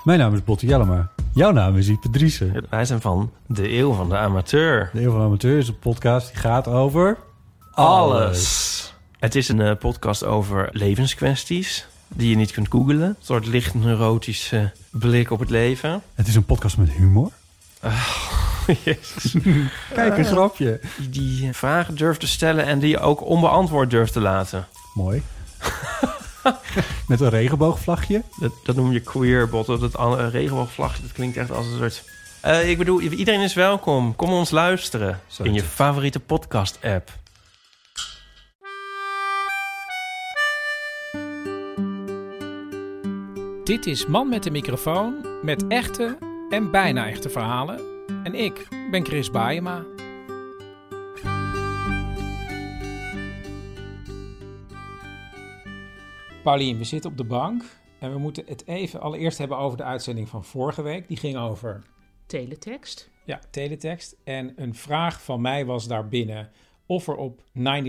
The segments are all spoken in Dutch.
Mijn naam is Botte Jellema. Jouw naam is Ipe Driessen. Wij zijn van De Eeuw van de Amateur. De Eeuw van de Amateur is een podcast die gaat over... Alles. Het is een podcast over levenskwesties die je niet kunt googlen. Een soort licht neurotische blik op het leven. Het is een podcast met humor. Jezus. Kijk, een grapje. Die vragen durft te stellen en die je ook onbeantwoord durft te laten. Mooi. Met een regenboogvlagje. Dat noem je queer, Botte. Dat regenboogvlagje, dat klinkt echt als een soort... ik bedoel, iedereen is welkom. Kom ons luisteren in je favoriete podcast-app. Dit is Man met de microfoon met echte en bijna echte verhalen. En ik ben Chris Baaema. Paulien, we zitten op de bank en we moeten het even allereerst hebben over de uitzending van vorige week. Die ging over... Teletext. Ja, teletext. En een vraag van mij was daarbinnen of er op 9/11/2001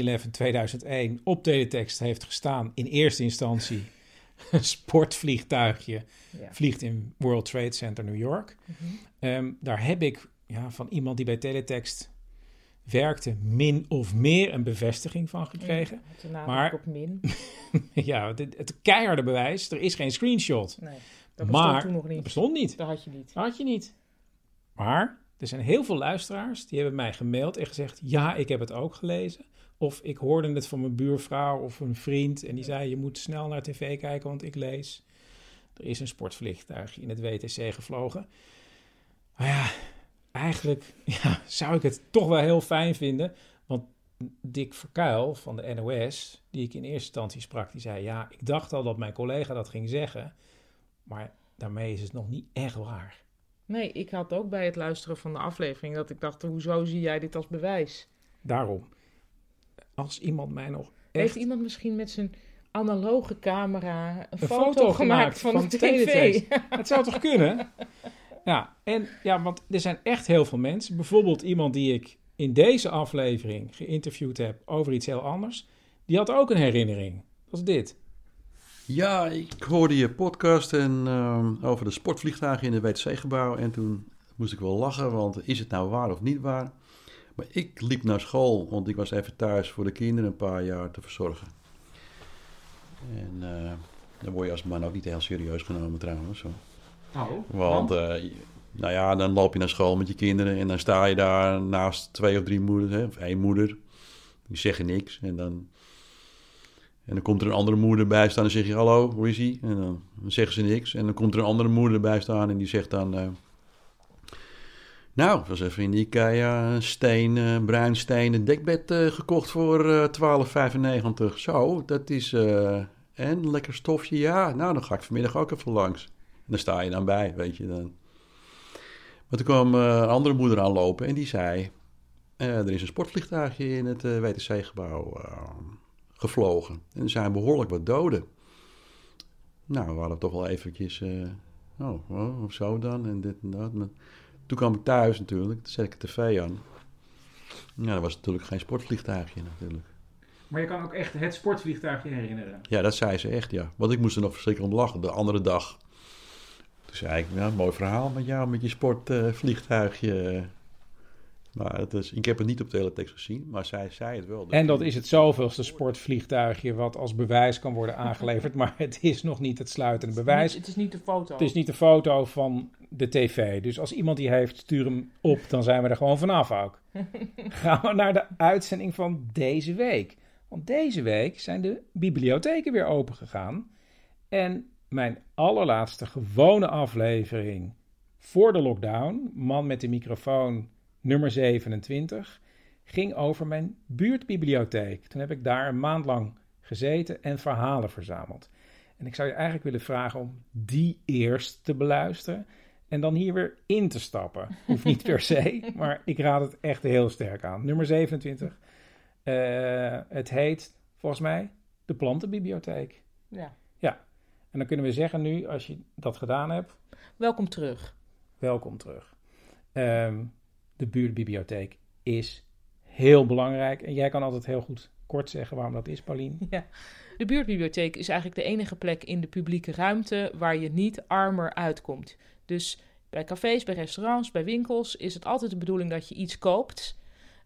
op teletext heeft gestaan in eerste instantie een sportvliegtuigje vliegt in World Trade Center New York. Mm-hmm. Daar heb ik van iemand die bij teletext werkte min of meer een bevestiging van gekregen. Ja, maar op min. Ja, het keiharde bewijs, er is geen screenshot. Nee, dat bestond toen nog niet. Dat bestond niet. Dat had je niet. Maar er zijn heel veel luisteraars die hebben mij gemaild en gezegd... ja, ik heb het ook gelezen. Of ik hoorde het van mijn buurvrouw of een vriend... en die zei, je moet snel naar tv kijken, want ik lees. Er is een sportvliegtuigje in het WTC gevlogen. Maar ja, eigenlijk zou ik het toch wel heel fijn vinden... want Dick Verkuil van de NOS, die ik in eerste instantie sprak... die zei, ja, ik dacht al dat mijn collega dat ging zeggen... maar daarmee is het nog niet echt waar... Nee, ik had ook bij het luisteren van de aflevering dat ik dacht, hoezo zie jij dit als bewijs? Daarom. Als iemand mij nog echt... Heeft iemand misschien met zijn analoge camera een foto gemaakt van de tv? Het zou toch kunnen? Want er zijn echt heel veel mensen. Bijvoorbeeld iemand die ik in deze aflevering geïnterviewd heb over iets heel anders. Die had ook een herinnering. Dat is dit. Ja, ik hoorde je podcast over de sportvliegtuigen in het WTC-gebouw. En toen moest ik wel lachen, want is het nou waar of niet waar? Maar ik liep naar school, want ik was even thuis voor de kinderen een paar jaar te verzorgen. En dan word je als man ook niet heel serieus genomen trouwens. Zo. Want dan loop je naar school met je kinderen en dan sta je daar naast 2 of 3 moeders, of 1 moeder. Die zeggen niks en dan komt er een andere moeder bij staan en zeg je, hallo, hoe is ie? En dan zeggen ze niks. En dan komt er een andere moeder bij staan en die zegt dan... het was even in de IKEA een bruin stenen dekbed gekocht voor $12,95. Zo, dat is... en lekker stofje, ja. Nou, dan ga ik vanmiddag ook even langs. En dan sta je dan bij, weet je dan. Maar toen kwam een andere moeder aanlopen en die zei... er is een sportvliegtuigje in het WTC-gebouw... gevlogen. En er zijn behoorlijk wat doden. Nou, we hadden toch wel eventjes... of zo dan, en dit en dat. Maar toen kwam ik thuis natuurlijk, toen zet ik de tv aan. Nou, dat was natuurlijk geen sportvliegtuigje natuurlijk. Maar je kan ook echt het sportvliegtuigje herinneren? Ja, dat zei ze echt, ja. Want ik moest er nog verschrikkelijk om lachen, de andere dag. Toen zei ik, mooi verhaal met jou, met je sportvliegtuigje... Maar ik heb het niet op teletext gezien, maar zij zei het wel. En dat is het zoveelste sportvliegtuigje wat als bewijs kan worden aangeleverd. Maar het is nog niet het sluitende bewijs. Het is niet de foto. Het is niet de foto van de tv. Dus als iemand die heeft, stuur hem op. Dan zijn we er gewoon vanaf ook. Gaan we naar de uitzending van deze week. Want deze week zijn de bibliotheken weer open gegaan. En mijn allerlaatste gewone aflevering voor de lockdown, Man met de microfoon... nummer 27, ging over mijn buurtbibliotheek. Toen heb ik daar een maand lang gezeten en verhalen verzameld. En ik zou je eigenlijk willen vragen om die eerst te beluisteren en dan hier weer in te stappen. Hoeft niet per se, maar ik raad het echt heel sterk aan. Nummer 27. Het heet, volgens mij, de Plantenbibliotheek. Ja. En dan kunnen we zeggen nu, als je dat gedaan hebt... Welkom terug. De buurtbibliotheek is heel belangrijk en jij kan altijd heel goed kort zeggen waarom dat is, Paulien? Ja. De buurtbibliotheek is eigenlijk de enige plek in de publieke ruimte waar je niet armer uitkomt. Dus bij cafés, bij restaurants, bij winkels is het altijd de bedoeling dat je iets koopt.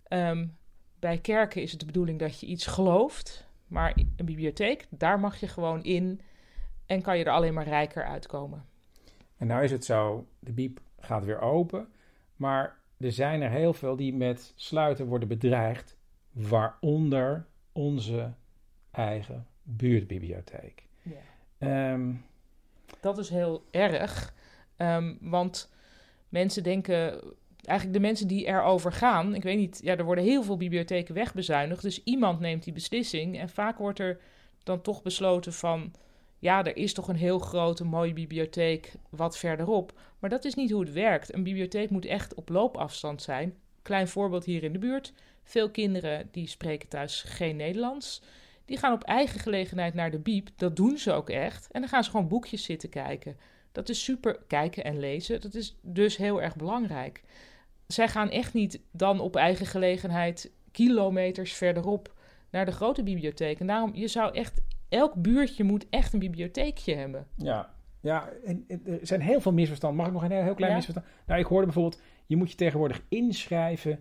Bij kerken is het de bedoeling dat je iets gelooft. Maar een bibliotheek, daar mag je gewoon in en kan je er alleen maar rijker uitkomen. En nou is het zo, de biep gaat weer open, maar er zijn er heel veel die met sluiten worden bedreigd, waaronder onze eigen buurtbibliotheek. Ja. Dat is heel erg, want mensen denken, eigenlijk de mensen die erover gaan, ik weet niet, er worden heel veel bibliotheken wegbezuinigd, dus iemand neemt die beslissing en vaak wordt er dan toch besloten van, ja, er is toch een heel grote, mooie bibliotheek wat verderop. Maar dat is niet hoe het werkt. Een bibliotheek moet echt op loopafstand zijn. Klein voorbeeld hier in de buurt. Veel kinderen die spreken thuis geen Nederlands. Die gaan op eigen gelegenheid naar de biep. Dat doen ze ook echt. En dan gaan ze gewoon boekjes zitten kijken. Dat is super, kijken en lezen. Dat is dus heel erg belangrijk. Zij gaan echt niet dan op eigen gelegenheid kilometers verderop naar de grote bibliotheek. En daarom, je zou echt... Elk buurtje moet echt een bibliotheekje hebben. Ja, en er zijn heel veel misverstanden. Mag ik nog een heel klein misverstand? Nou, ik hoorde bijvoorbeeld, je moet je tegenwoordig inschrijven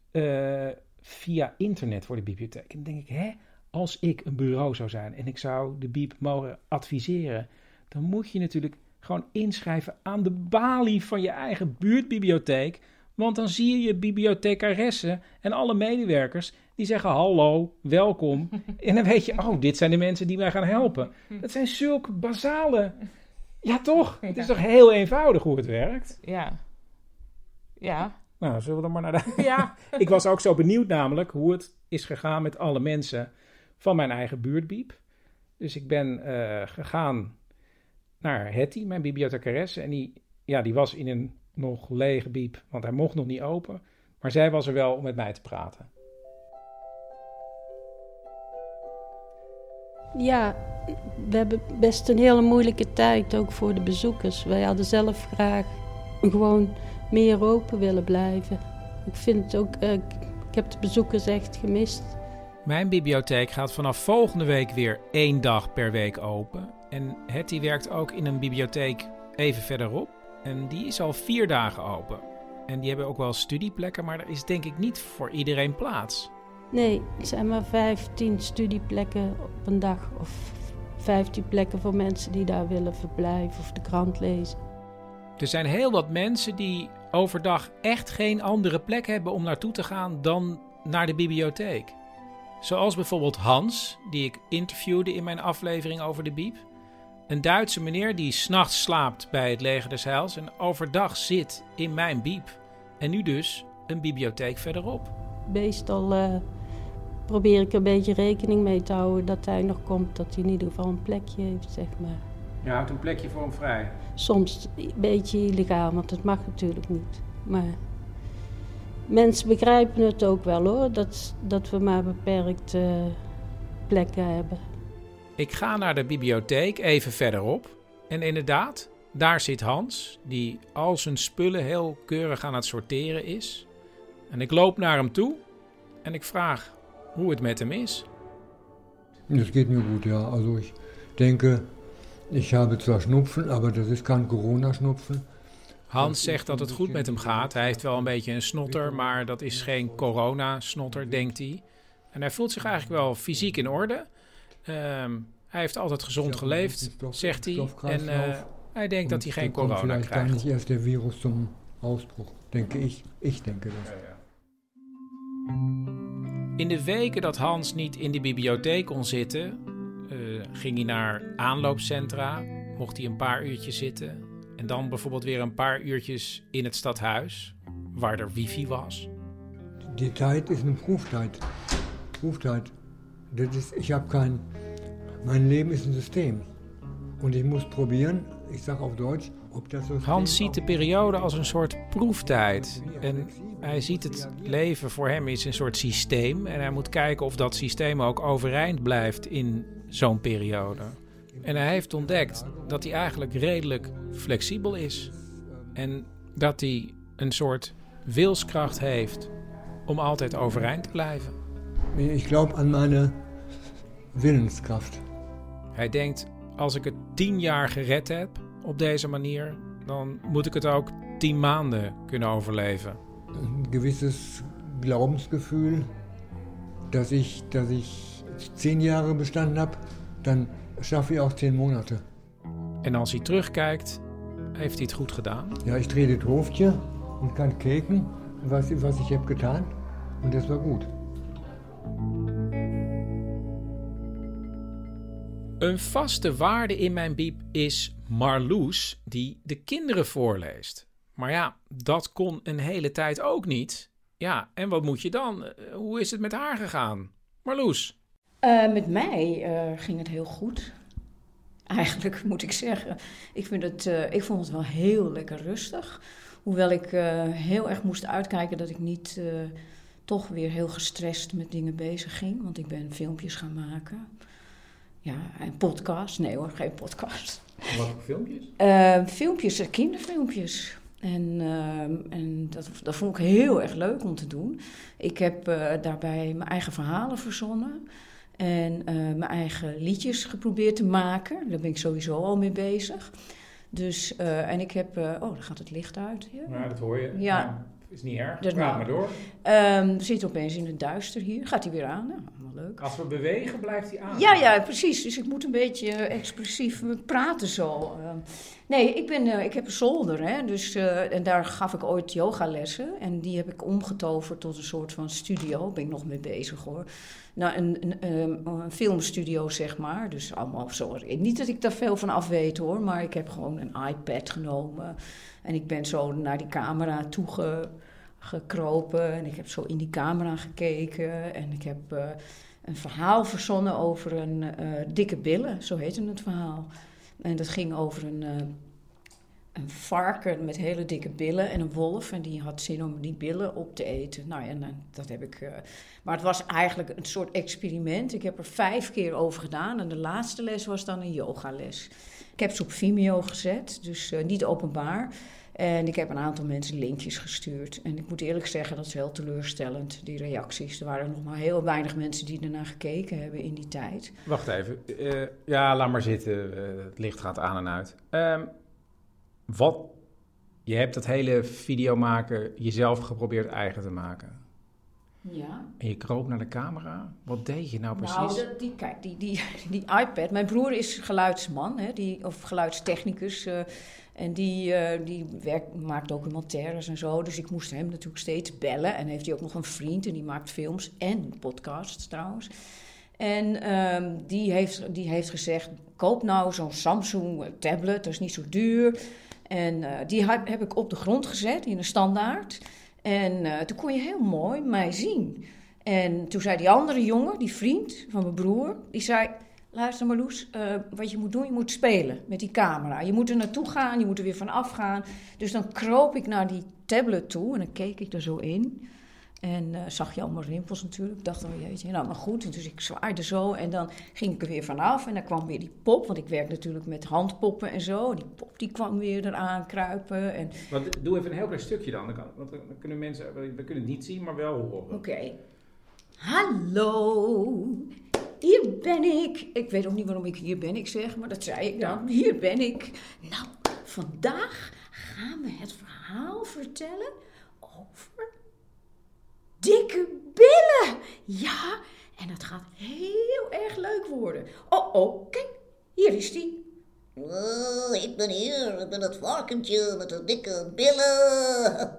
via internet voor de bibliotheek. En dan denk ik, als ik een bureau zou zijn en ik zou de biep mogen adviseren, dan moet je natuurlijk gewoon inschrijven aan de balie van je eigen buurtbibliotheek. Want dan zie je bibliothecaressen en alle medewerkers die zeggen hallo, welkom. En dan weet je, dit zijn de mensen die mij gaan helpen. Dat zijn zulke basale... Ja, toch? Het is toch heel eenvoudig hoe het werkt? Ja. Nou, zullen we dan maar naar de... Ja. Ik was ook zo benieuwd namelijk hoe het is gegaan met alle mensen van mijn eigen buurtbiep. Dus ik ben gegaan naar Hetty, mijn bibliothecaresse. En die was in een nog lege biep, want hij mocht nog niet open. Maar zij was er wel om met mij te praten. Ja, we hebben best een hele moeilijke tijd, ook voor de bezoekers. Wij hadden zelf graag gewoon meer open willen blijven. Ik vind het ook, ik heb de bezoekers echt gemist. Mijn bibliotheek gaat vanaf volgende week weer 1 dag per week open. En Hetty werkt ook in een bibliotheek even verderop. En die is al 4 dagen open. En die hebben ook wel studieplekken, maar er is denk ik niet voor iedereen plaats. Nee, het zijn maar 15 studieplekken op een dag. Of 15 plekken voor mensen die daar willen verblijven of de krant lezen. Er zijn heel wat mensen die overdag echt geen andere plek hebben om naartoe te gaan dan naar de bibliotheek. Zoals bijvoorbeeld Hans, die ik interviewde in mijn aflevering over de biep. Een Duitse meneer die 's nachts slaapt bij het Leger des Heils en overdag zit in mijn biep. En nu dus een bibliotheek verderop. Meestal probeer ik een beetje rekening mee te houden dat hij nog komt, dat hij in ieder geval een plekje heeft, zeg maar. Je houdt een plekje voor hem vrij? Soms een beetje illegaal, want dat mag natuurlijk niet. Maar mensen begrijpen het ook wel hoor, dat we maar beperkte plekken hebben. Ik ga naar de bibliotheek even verderop. En inderdaad, daar zit Hans, die al zijn spullen heel keurig aan het sorteren is. En ik loop naar hem toe en ik vraag hoe het met hem is. Das geht mir gut, ja. Also ich denke, ich habe zwar Schnupfen, aber das ist kein Corona-Schnupfen. Hans zegt dat het goed met hem gaat. Hij heeft wel een beetje een snotter, maar dat is geen corona-snotter, denkt hij. En hij voelt zich eigenlijk wel fysiek in orde. Hij heeft altijd gezond geleefd, zegt hij. En hij denkt dat hij geen corona krijgt. Niet eerst de virus zum Ausbruch, denke ich. Ich denke dat. In de weken dat Hans niet in de bibliotheek kon zitten, ging hij naar aanloopcentra, mocht hij een paar uurtjes zitten. En dan bijvoorbeeld weer een paar uurtjes in het stadhuis, waar er wifi was. Die tijd is een proeftijd. Mijn leven is een systeem. En ik moet proberen, ik zeg op Duits, op dat systeem. Hans ziet de periode als een soort proeftijd. En hij ziet het leven voor hem is een soort systeem. En hij moet kijken of dat systeem ook overeind blijft in zo'n periode. En hij heeft ontdekt dat hij eigenlijk redelijk flexibel is. En dat hij een soort wilskracht heeft om altijd overeind te blijven. Ich glaube an meine Willenskraft. Hij denkt, als ik het 10 jaar gered heb op deze manier, dan moet ik het ook 10 maanden kunnen overleven. Ein gewisses Glaubensgefühl, dass ich 10 Jahre bestanden habe, dann schaffe ich auch 10 Monate. En als hij terugkijkt, heeft hij het goed gedaan. Ja, ich drehe das Hoofdje und kann kijken, was ich habe getan. Und das war gut. Een vaste waarde in mijn bieb is Marloes, die de kinderen voorleest. Maar ja, dat kon een hele tijd ook niet. Ja, en wat moet je dan? Hoe is het met haar gegaan? Marloes? Met mij ging het heel goed. Eigenlijk moet ik zeggen. Ik vond het wel heel lekker rustig. Hoewel ik heel erg moest uitkijken dat ik niet toch weer heel gestrest met dingen bezig ging. Want ik ben filmpjes gaan maken. Ja, en podcast. Nee hoor, geen podcast. Wat voor filmpjes? Filmpjes, kinderfilmpjes. En dat vond ik heel erg leuk om te doen. Ik heb daarbij mijn eigen verhalen verzonnen. En mijn eigen liedjes geprobeerd te maken. Daar ben ik sowieso al mee bezig. Dus, en ik heb... dan gaat het licht uit. Ja, dat hoor je. Ja. Nou, is niet erg. Dus Praat maar door. We zitten opeens in het duister hier. Gaat hij weer aan? Nou, allemaal leuk. Als we bewegen, blijft hij aan. Ja, precies. Dus ik moet een beetje expressief praten zo. Nee, ik heb een zolder, hè. Dus, en daar gaf ik ooit yogalessen. En die heb ik omgetoverd tot een soort van studio. Daar ben ik nog mee bezig, hoor. Nou, een filmstudio, zeg maar. Dus allemaal zo. Niet dat ik daar veel van af weet, hoor. Maar ik heb gewoon een iPad genomen. En ik ben zo naar die camera gekropen. En ik heb zo in die camera gekeken. En ik heb een verhaal verzonnen over een dikke billen. Zo heette het verhaal. En dat ging over een varken met hele dikke billen en een wolf. En die had zin om die billen op te eten. Nou, en dat heb ik... maar het was eigenlijk een soort experiment. Ik heb er 5 keer over gedaan. En de laatste les was dan een yogales. Ik heb ze op Vimeo gezet, dus niet openbaar. En ik heb een aantal mensen linkjes gestuurd. En ik moet eerlijk zeggen, dat is heel teleurstellend, die reacties. Er waren nog maar heel weinig mensen die ernaar gekeken hebben in die tijd. Wacht even. Ja, laat maar zitten. Het licht gaat aan en uit. Je hebt dat hele video maken jezelf geprobeerd eigen te maken. Ja. En je kroop naar de camera. Wat deed je nou precies? Nou, die iPad. Mijn broer is geluidsman, hè, of geluidstechnicus. En die maakt documentaires en zo. Dus ik moest hem natuurlijk steeds bellen. En heeft hij ook nog een vriend en die maakt films en podcasts trouwens. En die heeft gezegd, koop nou zo'n Samsung tablet, dat is niet zo duur. En die heb ik op de grond gezet in een standaard. En toen kon je heel mooi mij zien. En toen zei die andere jongen, die vriend van mijn broer, die zei... Luister Marloes, wat je moet doen, je moet spelen met die camera. Je moet er naartoe gaan, je moet er weer van afgaan. Dus dan kroop ik naar die tablet toe en dan keek ik er zo in. En zag je allemaal rimpels natuurlijk. Ik dacht, oh jeetje, nou maar goed. Dus ik zwaaide zo en dan ging ik er weer vanaf. En dan kwam weer die pop, want ik werk natuurlijk met handpoppen en zo. Die pop die kwam weer eraan kruipen. En... Doe even een heel klein stukje dan. Want dan kunnen mensen, we kunnen het niet zien, maar wel horen. Oké. Hallo, hier ben ik. Ik weet ook niet waarom ik hier ben, ik zeg, maar dat zei ik dan. Hier ben ik. Nou, vandaag gaan we het verhaal vertellen over dikke billen. Ja, en het gaat heel erg leuk worden. Oh, kijk, hier is die. Oh, ik ben hier. Ik ben het varkentje met de dikke billen.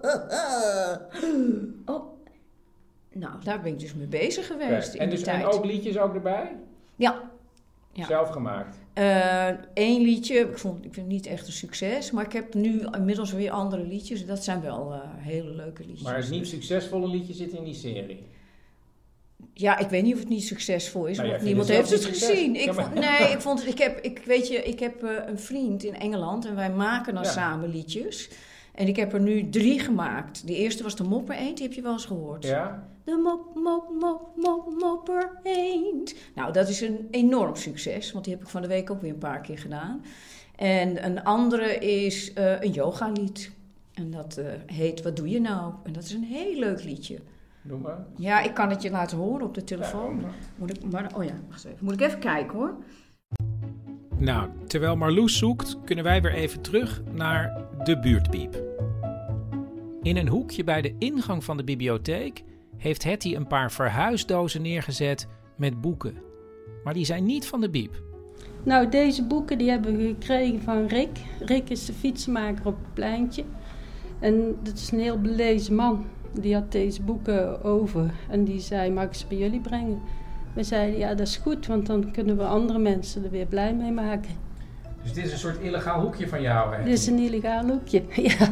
Oh. Nou, daar ben ik dus mee bezig geweest in die tijd. En ook liedjes ook erbij? Ja. Zelf gemaakt? 1 liedje. Ik vind het niet echt een succes. Maar ik heb nu inmiddels weer andere liedjes. Dat zijn wel hele leuke liedjes. Maar het niet succesvolle liedje zit in die serie? Ja, ik weet niet of het niet succesvol is. Nou, want niemand heeft het gezien. Ik heb een vriend in Engeland. En wij maken dan samen liedjes. En ik heb er nu 3 gemaakt. De eerste was de Mopper Eend, die heb je wel eens gehoord. Ja? De Mopper Eend. Nou, dat is een enorm succes, want die heb ik van de week ook weer een paar keer gedaan. En een andere is een yogalied. En dat heet Wat doe je nou? En dat is een heel leuk liedje. Doe maar. Ja, ik kan het je laten horen op de telefoon. Moet ik even kijken hoor. Nou, terwijl Marloes zoekt, kunnen wij weer even terug naar de buurtpiep. In een hoekje bij de ingang van de bibliotheek heeft Hetty een paar verhuisdozen neergezet met boeken. Maar die zijn niet van de biep. Nou, deze boeken die hebben we gekregen van Rick. Rick is de fietsenmaker op het pleintje. En dat is een heel belezen man. Die had deze boeken over en die zei, mag ik ze bij jullie brengen? We zeiden, ja, dat is goed, want dan kunnen we andere mensen er weer blij mee maken. Dus dit is een soort illegaal hoekje van jou, hè? Dit is een illegaal hoekje, ja.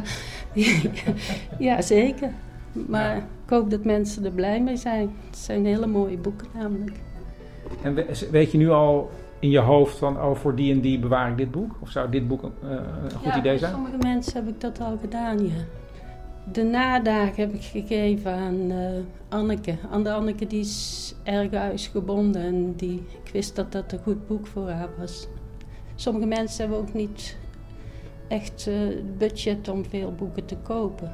Ja, zeker. Maar ik hoop dat mensen er blij mee zijn. Het zijn hele mooie boeken namelijk. En weet je nu al in je hoofd van, voor die en die bewaar ik dit boek? Of zou dit boek een goed idee zijn? Voor sommige mensen heb ik dat al gedaan, ja. De nadagen heb ik gegeven aan Anneke. Aan de Anneke die is erg huisgebonden en ik wist dat dat een goed boek voor haar was. Sommige mensen hebben ook niet echt budget om veel boeken te kopen.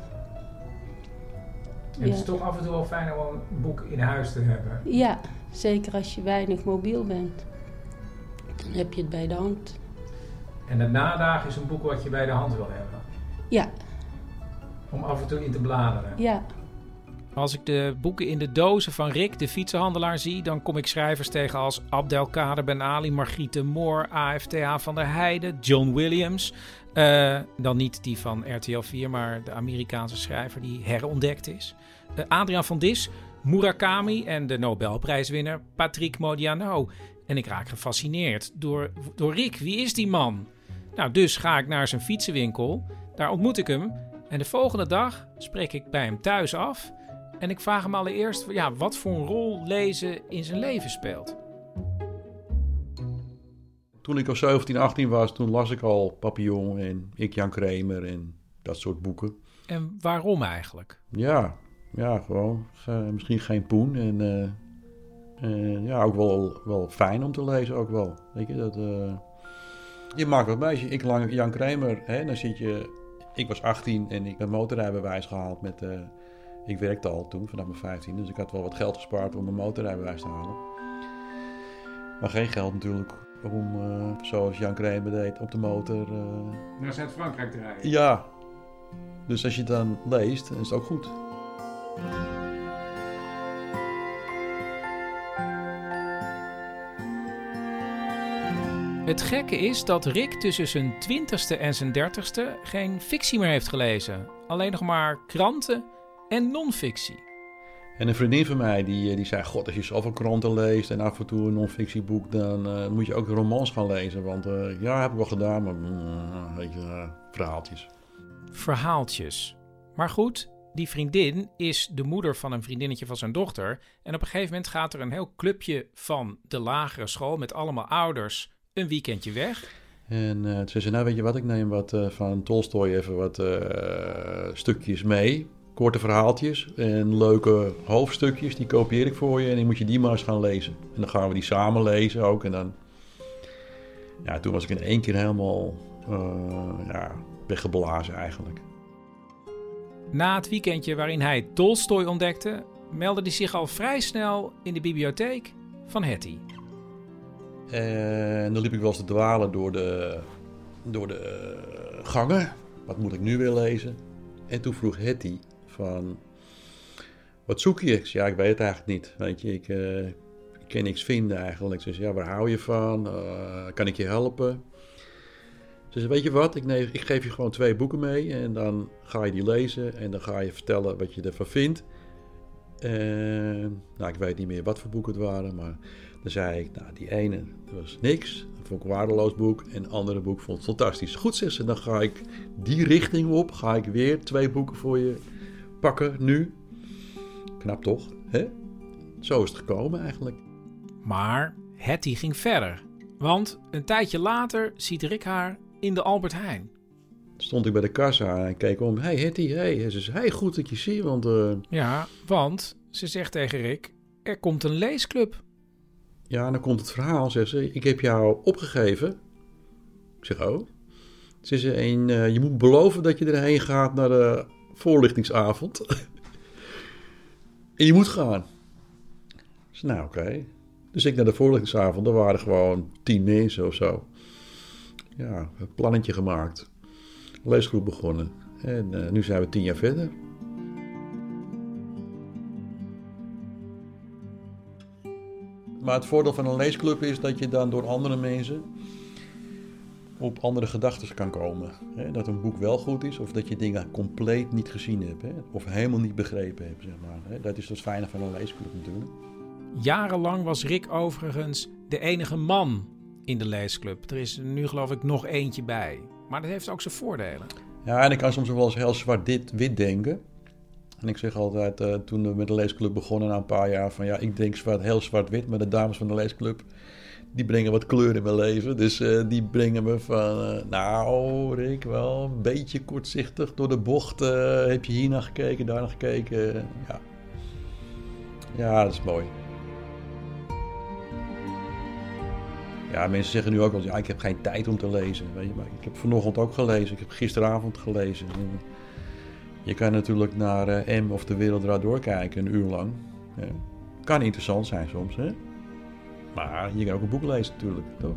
En het is toch af en toe wel fijn om een boek in huis te hebben. Ja, zeker als je weinig mobiel bent. Dan heb je het bij de hand. En de nadagen is een boek wat je bij de hand wil hebben? Ja. Om af en toe in te bladeren? Ja. Als ik de boeken in de dozen van Rick, de fietsenhandelaar, zie, dan kom ik schrijvers tegen als Abdelkader Ben Ali, Margriete Moor, AFTH van der Heijden, John Williams. Dan niet die van RTL 4, maar de Amerikaanse schrijver die herontdekt is. Adriaan van Dis, Murakami en de Nobelprijswinnaar Patrick Modiano. En ik raak gefascineerd door Rick. Wie is die man? Nou, dus ga ik naar zijn fietsenwinkel. Daar ontmoet ik hem. En de volgende dag spreek ik bij hem thuis af. En ik vraag hem allereerst wat voor een rol lezen in zijn leven speelt. Toen ik al 17, 18 was, toen las ik al Papillon en Ik Jan Kramer en dat soort boeken. En waarom eigenlijk? Ja gewoon. Misschien geen poen. En ook wel fijn om te lezen ook wel. Weet je, dat... Je maakt wat bij. Ik Jan Kramer, dan zit je... Ik was 18 en ik heb een motorrijbewijs gehaald met... ik werkte al toen, vanaf mijn 15, dus ik had wel wat geld gespaard om een motorrijbewijs te halen. Maar geen geld natuurlijk om, zoals Jan Kramer deed, op de motor... naar Zuid-Frankrijk te rijden. Ja. Dus als je het dan leest, dan is het ook goed. Het gekke is dat Rick tussen zijn 20ste en zijn 30ste geen fictie meer heeft gelezen. Alleen nog maar kranten en non-fictie. En een vriendin van mij die zei... God, als je zoveel kranten leest en af en toe een non-fictieboek... dan moet je ook romans gaan lezen. Want heb ik wel gedaan, maar weet je, verhaaltjes. Verhaaltjes. Maar goed, die vriendin is de moeder van een vriendinnetje van zijn dochter. En op een gegeven moment gaat er een heel clubje van de lagere school... met allemaal ouders een weekendje weg. En ze zei, nou weet je wat, ik neem wat van Tolstoy even wat stukjes mee... Korte verhaaltjes en leuke hoofdstukjes, die kopieer ik voor je en dan moet je die maar eens gaan lezen. En dan gaan we die samen lezen ook en dan... Ja, toen was ik in één keer helemaal weggeblazen eigenlijk. Na het weekendje waarin hij Tolstoy ontdekte, meldde hij zich al vrij snel in de bibliotheek van Hetty. En dan liep ik wel eens te dwalen door de gangen. Wat moet ik nu weer lezen? En toen vroeg Hetty van, wat zoek je? Ik zei, ja, ik weet het eigenlijk niet. Weet je, ik kan niks vinden eigenlijk. Ze zei, ja, waar hou je van? Kan ik je helpen? Ze zei, weet je wat? Ik geef je gewoon 2 boeken mee. En dan ga je die lezen. En dan ga je vertellen wat je ervan vindt. Ik weet niet meer wat voor boeken het waren. Maar dan zei ik, nou, die ene was niks. Dat vond ik een waardeloos boek. En het andere boek vond ik fantastisch. Goed, zegt ze, dan ga ik die richting op. Ga ik weer 2 boeken voor je pakken nu. Knap toch, hè? Zo is het gekomen eigenlijk. Maar Hetty ging verder. Want een tijdje later ziet Rick haar in de Albert Heijn. Stond ik bij de kassa en keek om. Hey Hetty, hey. Ze zei, hey, goed dat je ziet, want... Ja, want ze zegt tegen Rick, er komt een leesclub. Ja, en dan komt het verhaal, zegt ze. Ik heb jou opgegeven. Ik zeg, oh. Ze zei, en je moet beloven dat je erheen gaat naar de voorlichtingsavond. En je moet gaan. Dus nou, oké. Dus ik naar de voorlichtingsavond, er waren gewoon 10 mensen of zo. Ja, een plannetje gemaakt. Leesgroep begonnen. En nu zijn we 10 jaar verder. Maar het voordeel van een leesclub is dat je dan door andere mensen op andere gedachten kan komen. Dat een boek wel goed is of dat je dingen compleet niet gezien hebt. Of helemaal niet begrepen hebt, zeg maar. Dat is het fijne van een leesclub natuurlijk. Jarenlang was Rick overigens de enige man in de leesclub. Er is er nu geloof ik nog eentje bij. Maar dat heeft ook zijn voordelen. Ja, en ik kan soms wel eens heel zwart-wit denken. En ik zeg altijd, toen we met de leesclub begonnen na een paar jaar, van ja, ik denk heel zwart-wit, maar de dames van de leesclub, die brengen wat kleur in mijn leven. Dus die brengen me van, nou Rick, wel een beetje kortzichtig door de bocht. Heb je hier naar gekeken, daar naar gekeken? Ja, dat is mooi. Ja, mensen zeggen nu ook wel, ja, ik heb geen tijd om te lezen. Weet je, maar ik heb vanochtend ook gelezen, ik heb gisteravond gelezen. Je kan natuurlijk naar M of De Wereld Draait Door kijken, een uur lang. Ja. Kan interessant zijn soms, hè? Maar je kan ook een boek lezen natuurlijk, toch?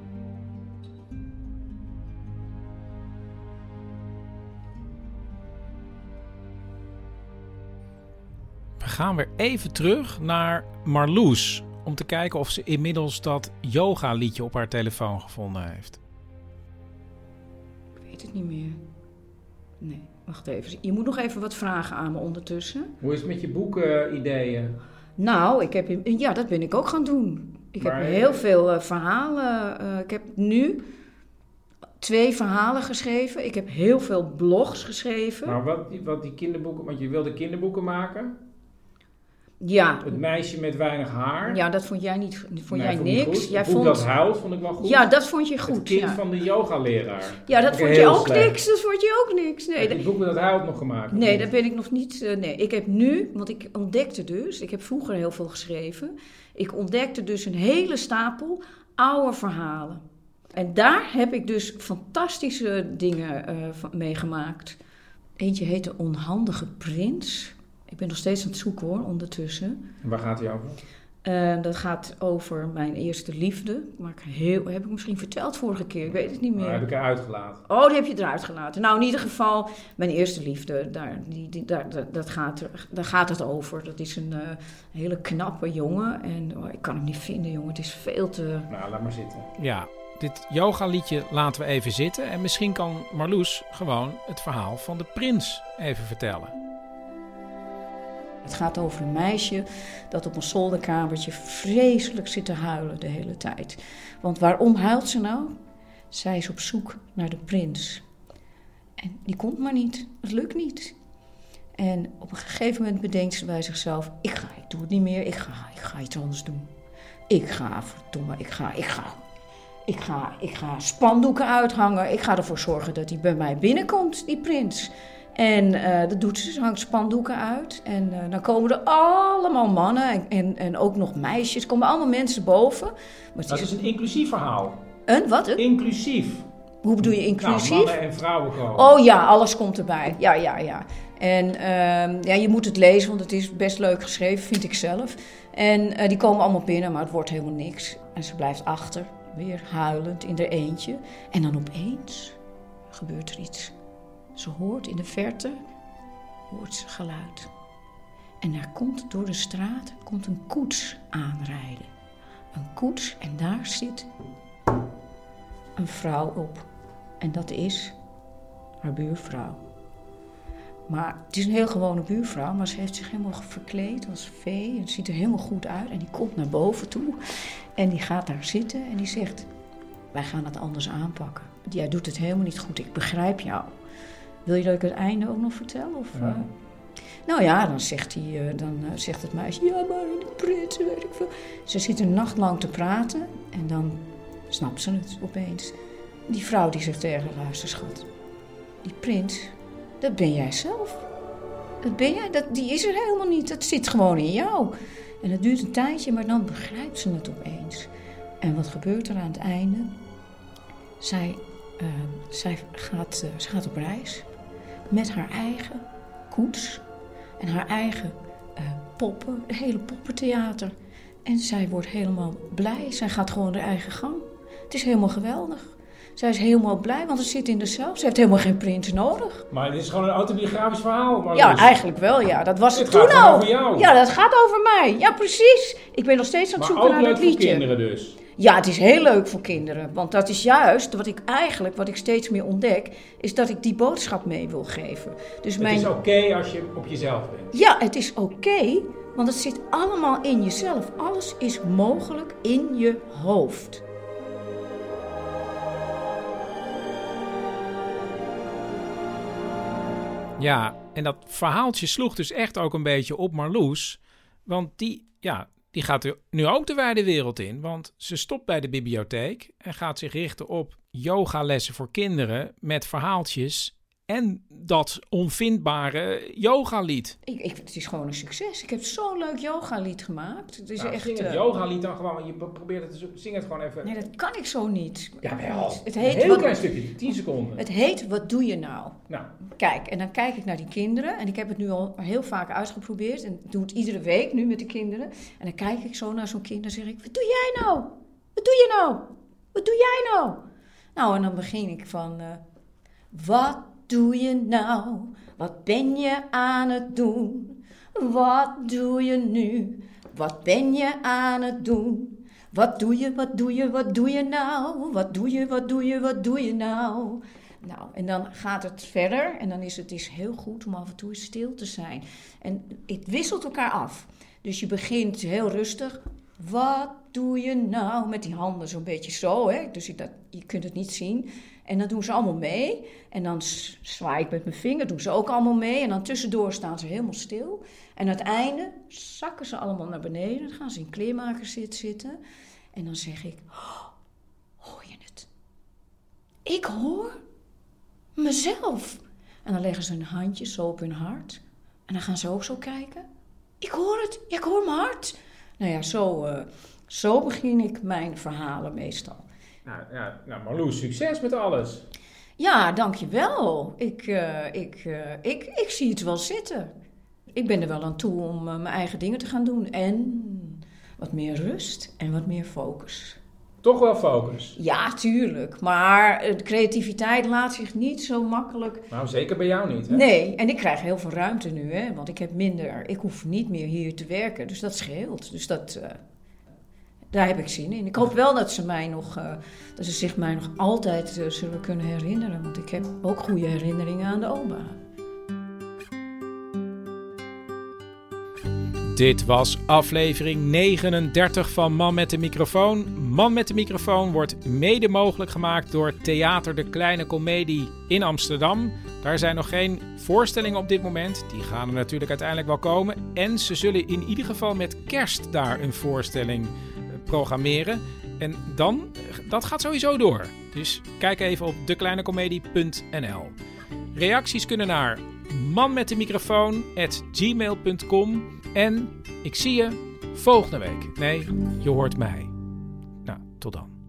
We gaan weer even terug naar Marloes. Om te kijken of ze inmiddels dat yoga-liedje op haar telefoon gevonden heeft. Ik weet het niet meer. Nee, wacht even. Je moet nog even wat vragen aan me ondertussen. Hoe is het met je boekenideeën? Nou, dat ben ik ook gaan doen. Ik heb heel veel verhalen. Ik heb nu 2 verhalen geschreven. Ik heb heel veel blogs geschreven. Maar wat die kinderboeken... Want je wilde kinderboeken maken? Ja. Het meisje met weinig haar. Ja, dat vond jij niet. Vond jij vond niks? Jij vond dat huilt, vond ik wel goed. Ja, dat vond je goed. Het kind van de yogaleraar. Ja, dat vond je ook niks. Dat vond je ook niks. Nee, heb je het boek met dat huilt nog gemaakt? Nee, dat ben ik nog niet. Nee, ik heb nu, want ik ontdekte dus, ik heb vroeger heel veel geschreven. Ik ontdekte dus een hele stapel oude verhalen. En daar heb ik dus fantastische dingen meegemaakt. Eentje heet De Onhandige Prins. Ik ben nog steeds aan het zoeken hoor, ondertussen. En waar gaat hij over? Dat gaat over mijn eerste liefde. Maar heb ik misschien verteld vorige keer, ik weet het niet meer. Dat heb ik eruit gelaten. Oh, die heb je eruit gelaten. Nou, in ieder geval, mijn eerste liefde, daar gaat het over. Dat is een hele knappe jongen. En ik kan hem niet vinden, jongen. Het is veel te... Nou, laat maar zitten. Ja, dit yoga-liedje laten we even zitten. En misschien kan Marloes gewoon het verhaal van de prins even vertellen. Het gaat over een meisje dat op een zolderkamertje vreselijk zit te huilen de hele tijd. Want waarom huilt ze nou? Zij is op zoek naar de prins. En die komt maar niet. Het lukt niet. En op een gegeven moment bedenkt ze bij zichzelf... Ik doe het niet meer. Ik ga iets anders doen. Ik ga spandoeken uithangen. Ik ga ervoor zorgen dat hij bij mij binnenkomt, die prins. En dat doet ze. Ze hangt spandoeken uit. En dan komen er allemaal mannen en ook nog meisjes. Er komen allemaal mensen boven. Maar dat is een inclusief verhaal. Wat? Inclusief. Hoe bedoel je inclusief? Nou, mannen en vrouwen komen. Oh ja, alles komt erbij. Ja. En je moet het lezen, want het is best leuk geschreven, vind ik zelf. En die komen allemaal binnen, maar het wordt helemaal niks. En ze blijft achter, weer huilend in haar eentje. En dan opeens gebeurt er iets. Ze hoort in de verte geluid. En daar komt door de straat een koets aanrijden. Een koets en daar zit een vrouw op. En dat is haar buurvrouw. Maar het is een heel gewone buurvrouw, maar ze heeft zich helemaal verkleed als vee. En het ziet er helemaal goed uit. En die komt naar boven toe. En die gaat daar zitten en die zegt... Wij gaan het anders aanpakken. Jij doet het helemaal niet goed, ik begrijp jou. Wil je dat ik het einde ook nog vertel? Of, ja. Nou ja, dan zegt het meisje... Ja, maar de prins, weet ik veel. Ze zit een nacht lang te praten en dan snapt ze het opeens. Die vrouw die zegt tegen haar, luister schat. Die prins, dat ben jij zelf. Dat ben jij, die is er helemaal niet. Dat zit gewoon in jou. En het duurt een tijdje, maar dan begrijpt ze het opeens. En wat gebeurt er aan het einde? Zij gaat op reis met haar eigen koets en haar eigen poppen, het hele poppentheater. En zij wordt helemaal blij. Zij gaat gewoon haar eigen gang. Het is helemaal geweldig. Zij is helemaal blij, want het zit in zichzelf. Ze heeft helemaal geen prins nodig. Maar dit is gewoon een autobiografisch verhaal. Maar ja, eigenlijk wel, ja. Dat was het toen al. Gaat over jou. Ja, dat gaat over mij. Ja, precies. Ik ben nog steeds aan het zoeken naar dat liedje. Maar ook leuk voor kinderen dus. Ja, het is heel leuk voor kinderen. Want dat is juist wat ik steeds meer ontdek, is dat ik die boodschap mee wil geven. Dus het is oké als je op jezelf bent. Ja, het is oké, want het zit allemaal in jezelf. Alles is mogelijk in je hoofd. Ja, en dat verhaaltje sloeg dus echt ook een beetje op Marloes. Want die gaat er nu ook de wijde wereld in. Want ze stopt bij de bibliotheek en gaat zich richten op yogalessen voor kinderen met verhaaltjes en dat onvindbare yogalied. Het is gewoon een succes. Ik heb zo'n leuk yogalied gemaakt. Het is echt. Zing het yogalied dan gewoon. Je probeert het te zing het gewoon even. Nee, dat kan ik zo niet. Jawel. Het heet een heel klein stukje, 10 seconden. Het heet Wat doe je nou? Nou. Kijk, en dan kijk ik naar die kinderen. En ik heb het nu al heel vaak uitgeprobeerd. En ik doe het iedere week nu met de kinderen. En dan kijk ik zo naar zo'n kind en zeg ik: wat doe jij nou? Wat doe je nou? Wat doe jij nou? Nou, en dan begin ik van: wat doe je nou? Wat ben je aan het doen? Wat doe je nu? Wat ben je aan het doen? Wat doe je, wat doe je, wat doe je nou? Wat doe je, wat doe je, wat doe je nou? Nou, en dan gaat het verder en dan is het heel goed om af en toe eens stil te zijn. En het wisselt elkaar af. Dus je begint heel rustig. Wat doe je nou? Met die handen zo'n beetje zo, hè? Dus je kunt het niet zien. En dan doen ze allemaal mee. En dan zwaai ik met mijn vinger, doen ze ook allemaal mee. En dan tussendoor staan ze helemaal stil. En aan het einde zakken ze allemaal naar beneden. Dan gaan ze in kleermakerszit zitten. En dan zeg ik: hoor je het? Ik hoor mezelf. En dan leggen ze hun handjes zo op hun hart. En dan gaan ze ook zo kijken. Ik hoor het. Ja, ik hoor mijn hart. Nou ja, zo begin ik mijn verhalen meestal. Nou Marloes, succes met alles. Ja, dankjewel. Ik zie het wel zitten. Ik ben er wel aan toe om mijn eigen dingen te gaan doen. En wat meer rust en wat meer focus. Toch wel focus? Ja, tuurlijk. Maar de creativiteit laat zich niet zo makkelijk... Nou, zeker bij jou niet, hè? Nee, en ik krijg heel veel ruimte nu, hè. Want ik hoef niet meer hier te werken. Dus dat scheelt. Dus daar heb ik zin in. Ik hoop wel dat ze zich mij nog altijd zullen kunnen herinneren. Want ik heb ook goede herinneringen aan de opa. Dit was aflevering 39 van Man met de Microfoon. Man met de Microfoon wordt mede mogelijk gemaakt door Theater de Kleine Comedie in Amsterdam. Daar zijn nog geen voorstellingen op dit moment. Die gaan er natuurlijk uiteindelijk wel komen. En ze zullen in ieder geval met kerst daar een voorstelling programmeren. En dat gaat sowieso door. Dus kijk even op dekleinecomedie.nl. Reacties kunnen naar manmetdemicrofoon@gmail.com. En ik zie je volgende week. Nee, je hoort mij. Nou, tot dan.